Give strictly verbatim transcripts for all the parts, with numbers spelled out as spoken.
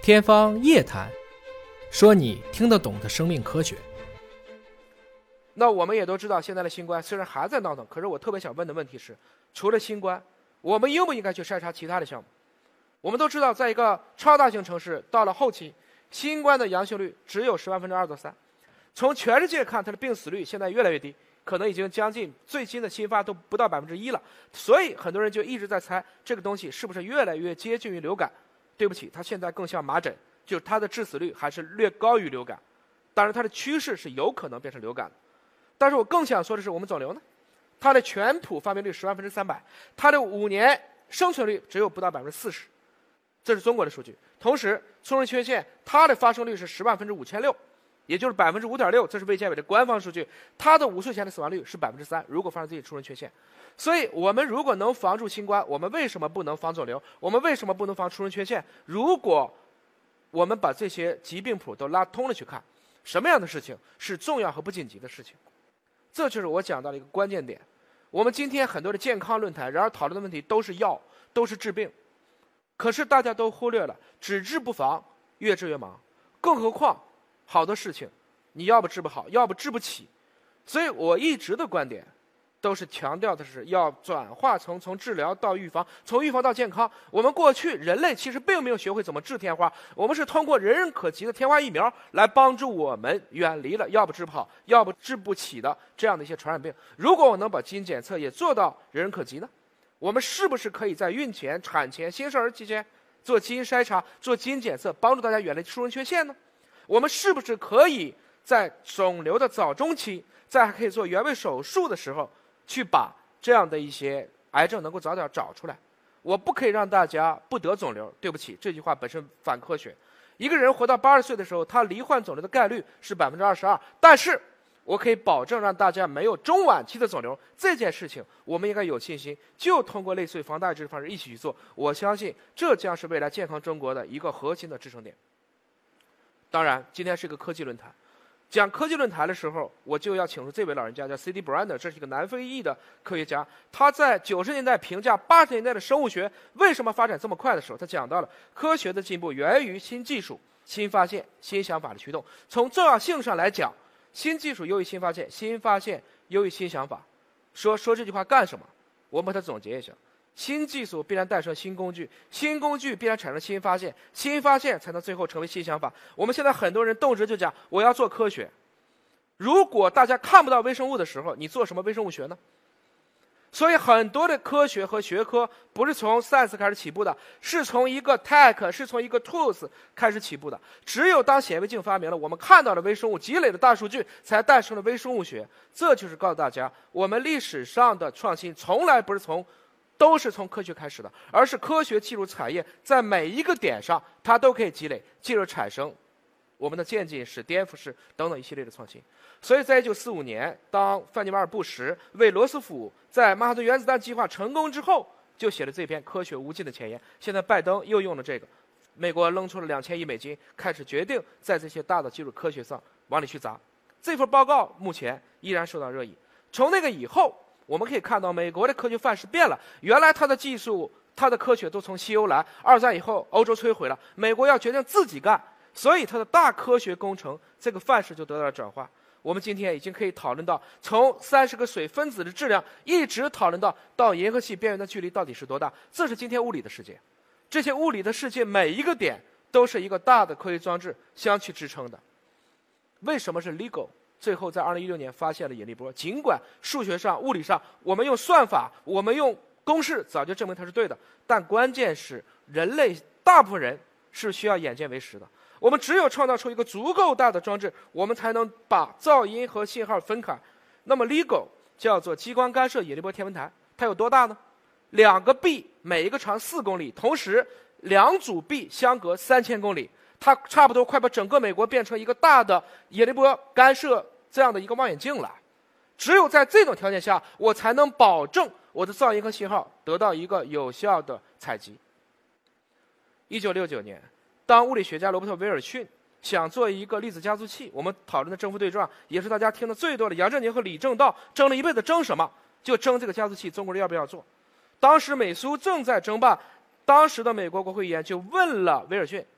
天方夜谭，说你听得懂的生命科学。 那我们也都知道，现在的新冠虽然还在闹腾，可是我特别想问的问题是，除了新冠，我们应不应该去筛查其他的项目？我们都知道，在一个超大型城市，到了后期，新冠的阳性率只有十万分之二到三。从全世界看，它的病死率现在越来越低，可能已经将近最新的新发都不到百分之一了。所以很多人就一直在猜，这个东西是不是越来越接近于流感？对不起，它现在更像麻疹，就是它的致死率还是略高于流感。当然，它的趋势是有可能变成流感的。但是我更想说的是，我们肿瘤呢，它的全谱发病率十万分之三百，它的五年生存率只有不到百分之四十，这是中国的数据。同时，促生缺陷它的发生率是十万分之五千六，也就是百分之五点六，这是卫健委的官方数据。它的五岁前的死亡率是百分之三，如果发生这些出生缺陷。所以，我们如果能防住新冠，我们为什么不能防肿瘤？我们为什么不能防出生缺陷？如果我们把这些疾病谱都拉通了去看，什么样的事情是重要和不紧急的事情？这就是我讲到的一个关键点。我们今天很多的健康论坛，然而讨论的问题都是药，都是治病，可是大家都忽略了只治不防，越治越忙。更何况好多事情你要不治不好，要不治不起。所以我一直的观点都是强调的是要转化从从治疗到预防，从预防到健康。我们过去人类其实并没有学会怎么治天花，我们是通过人人可及的天花疫苗来帮助我们远离了要不治不好，要不治不起的这样的一些传染病。如果我能把基因检测也做到人人可及呢，我们是不是可以在孕前、产前、新生儿期间做基因筛查、做基因检测，帮助大家远离出生缺陷呢？我们是不是可以在肿瘤的早中期，在还可以做原位手术的时候，去把这样的一些癌症能够早点找出来？我不可以让大家不得肿瘤，对不起，这句话本身反科学。一个人活到八十岁的时候，他罹患肿瘤的概率是百分之二十二，但是我可以保证让大家没有中晚期的肿瘤。这件事情我们应该有信心，就通过类似于防大治的方式一起去做。我相信这将是未来健康中国的一个核心的支撑点。当然，今天是一个科技论坛。讲科技论坛的时候，我就要请出这位老人家，叫 C D Brenner， 这是一个南非裔的科学家。他在九十年代评价八十年代的生物学为什么发展这么快的时候，他讲到了科学的进步源于新技术、新发现、新想法的驱动。从重要性上来讲，新技术优于新发现，新发现优于新想法。说说这句话干什么？我们把它总结一下：新技术必然诞生新工具，新工具必然产生新发现，新发现才能最后成为新想法。我们现在很多人动辄就讲我要做科学，如果大家看不到微生物的时候，你做什么微生物学呢？所以很多的科学和学科不是从 science 开始起步的，是从一个 tech， 是从一个 tools 开始起步的。只有当显微镜发明了，我们看到了微生物，积累了大数据，才诞生了微生物学。这就是告诉大家，我们历史上的创新从来不是从都是从科学开始的，而是科学进入产业，在每一个点上它都可以积累，进而产生我们的渐进式、颠覆式等等一系列的创新。所以在一九四五年，当范尼瓦尔·布什为罗斯福在曼哈顿原子弹计划成功之后，就写了这篇《科学无尽的前沿》。现在拜登又用了这个，美国扔出了两千亿美金，开始决定在这些大的基础科学上往里去砸。这份报告目前依然受到热议。从那个以后，我们可以看到美国的科学范式变了。原来它的技术、它的科学都从西欧来，二战以后欧洲摧毁了，美国要决定自己干，所以它的大科学工程这个范式就得到了转化。我们今天已经可以讨论到，从三十个水分子的质量，一直讨论到到银河系边缘的距离到底是多大。这是今天物理的世界。这些物理的世界每一个点都是一个大的科学装置相去支撑的。为什么是 LIGO？最后在二零一六年发现了引力波，尽管数学上、物理上我们用算法、我们用公式早就证明它是对的，但关键是人类大部分人是需要眼见为实的。我们只有创造出一个足够大的装置，我们才能把噪音和信号分开。那么 LIGO 叫做激光干涉引力波天文台，它有多大呢？两个臂每一个长四公里，同时两组臂相隔三千公里。它差不多快把整个美国变成一个大的引力波干涉这样的一个望远镜了。只有在这种条件下，我才能保证我的噪音和信号得到一个有效的采集。一九六九年，当物理学家罗伯特·威尔逊想做一个粒子加速器，我们讨论的正负对撞也是大家听的最多的，杨振宁和李政道争了一辈子，争什么？就争这个加速器，中国人要不要做？当时美苏正在争霸，当时的美国国会议员就问了威尔逊，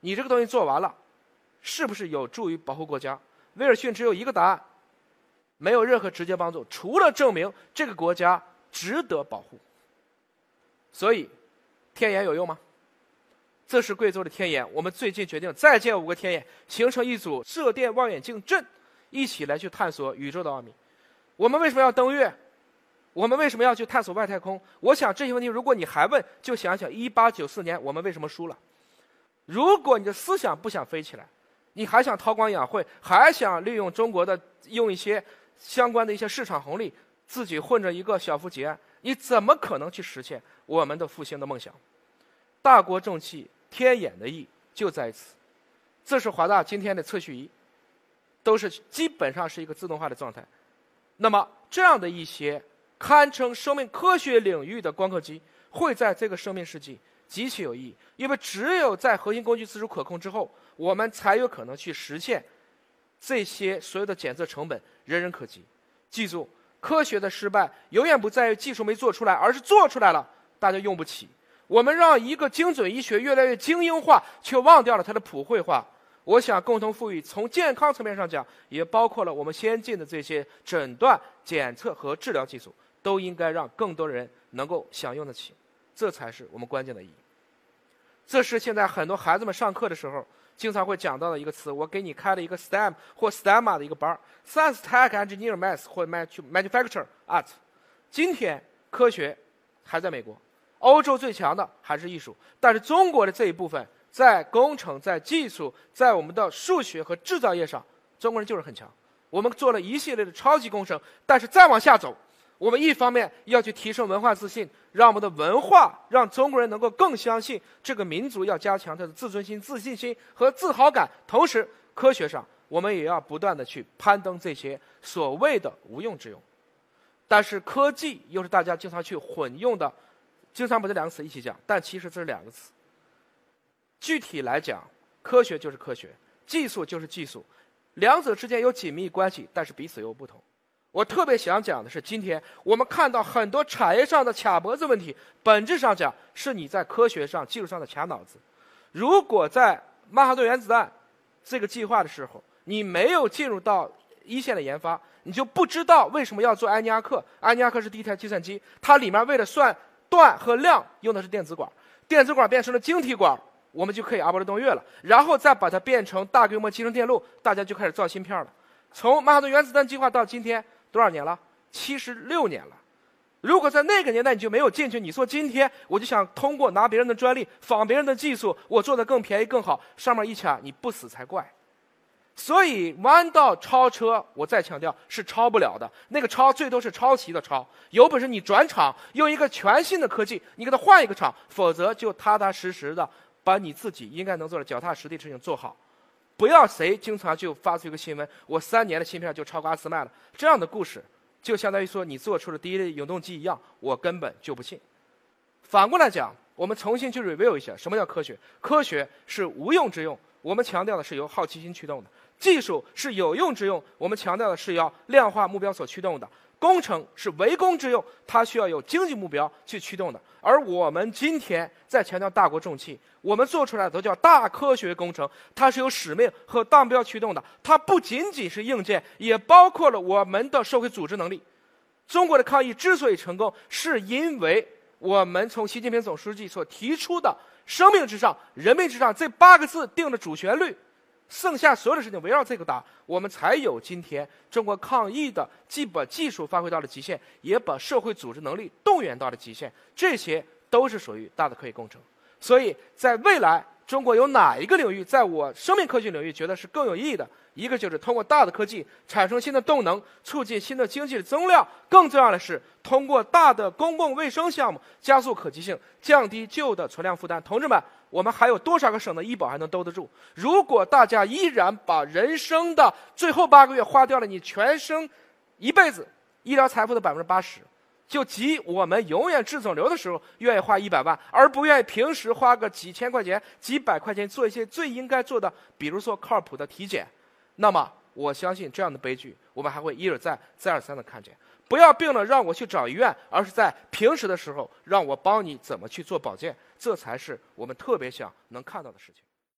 你这个东西做完了，是不是有助于保护国家？威尔逊只有一个答案，没有任何直接帮助，除了证明这个国家值得保护。所以，天眼有用吗？这是贵州的天眼，我们最近决定再建五个天眼，形成一组射电望远镜阵，一起来去探索宇宙的奥秘。我们为什么要登月？我们为什么要去探索外太空？我想这些问题，如果你还问，就想想一八九四年我们为什么输了。如果你的思想不想飞起来，你还想韬光养晦，还想利用中国的用一些相关的一些市场红利，自己混着一个小富即安，你怎么可能去实现我们的复兴的梦想？大国重器天眼的意就在于此。这是华大今天的测序仪，都是基本上是一个自动化的状态。那么这样的一些堪称生命科学领域的光刻机，会在这个生命世纪极其有意义，因为只有在核心工具自主可控之后，我们才有可能去实现这些所有的检测成本人人可及。记住，科学的失败永远不在于技术没做出来，而是做出来了大家用不起。我们让一个精准医学越来越精英化，却忘掉了它的普惠化。我想共同富裕从健康层面上讲，也包括了我们先进的这些诊断、检测和治疗技术，都应该让更多人能够享用得起，这才是我们关键的意义。这是现在很多孩子们上课的时候经常会讲到的一个词，我给你开了一个 S T E M 或 S T E M A 的一个班 Science, Tech, Engineer, Math 或 Manufacture, Art。 今天科学还在美国，欧洲最强的还是艺术，但是中国的这一部分在工程、在技术、在我们的数学和制造业上，中国人就是很强。我们做了一系列的超级工程，但是再往下走，我们一方面要去提升文化自信，让我们的文化让中国人能够更相信这个民族，要加强他的自尊心、自信心和自豪感。同时，科学上我们也要不断的去攀登这些所谓的无用之用。但是科技又是大家经常去混用的，经常把这两个词一起讲，但其实这是两个词。具体来讲，科学就是科学，技术就是技术，两者之间有紧密关系，但是彼此又不同。我特别想讲的是，今天我们看到很多产业上的卡脖子问题，本质上讲是你在科学上、技术上的卡脑子。如果在曼哈顿原子弹这个计划的时候，你没有进入到一线的研发，你就不知道为什么要做安尼亚克。安尼亚克是第一台计算机，它里面为了算段和量用的是电子管，电子管变成了晶体管，我们就可以阿波罗登月了，然后再把它变成大规模集成电路，大家就开始造芯片了。从曼哈顿原子弹计划到今天多少年了？七十六年了。如果在那个年代你就没有进去，你说今天我就想通过拿别人的专利、仿别人的技术，我做得更便宜更好，上面一卡你不死才怪。所以弯道超车，我再强调是超不了的，那个超最多是抄袭的抄。有本事你转厂，用一个全新的科技，你给它换一个厂，否则就踏踏实实的把你自己应该能做的脚踏实地的事情做好。不要谁经常就发出一个新闻，我三年的芯片就超过阿斯麦了，这样的故事就相当于说你做出了第一类永动机一样，我根本就不信。反过来讲，我们重新去 review 一下什么叫科学。科学是无用之用，我们强调的是由好奇心驱动的；技术是有用之用，我们强调的是要量化目标所驱动的；工程是为公之用，它需要有经济目标去驱动的。而我们今天在强调大国重器，我们做出来的都叫大科学工程，它是有使命和大目标驱动的，它不仅仅是硬件，也包括了我们的社会组织能力。中国的抗疫之所以成功，是因为我们从习近平总书记所提出的生命至上、人民至上这八个字定的主旋律，剩下所有的事情围绕这个打，我们才有今天中国抗疫的既把技术发挥到了极限，也把社会组织能力动员到了极限，这些都是属于大的科技工程。所以在未来，中国有哪一个领域在我生命科学领域觉得是更有意义的？一个就是通过大的科技产生新的动能，促进新的经济的增量；更重要的是通过大的公共卫生项目加速可及性，降低旧的存量负担。同志们，我们还有多少个省的医保还能兜得住？如果大家依然把人生的最后八个月花掉了你全生一辈子医疗财富的百分之八十，就即我们永远质肿瘤的时候愿意花一百万，而不愿意平时花个几千块钱、几百块钱做一些最应该做的，比如说靠谱的体检。那么我相信这样的悲剧我们还会一而再再而三的看见。不要病了让我去找医院，而是在平时的时候让我帮你怎么去做保健，这才是我们特别想能看到的事情。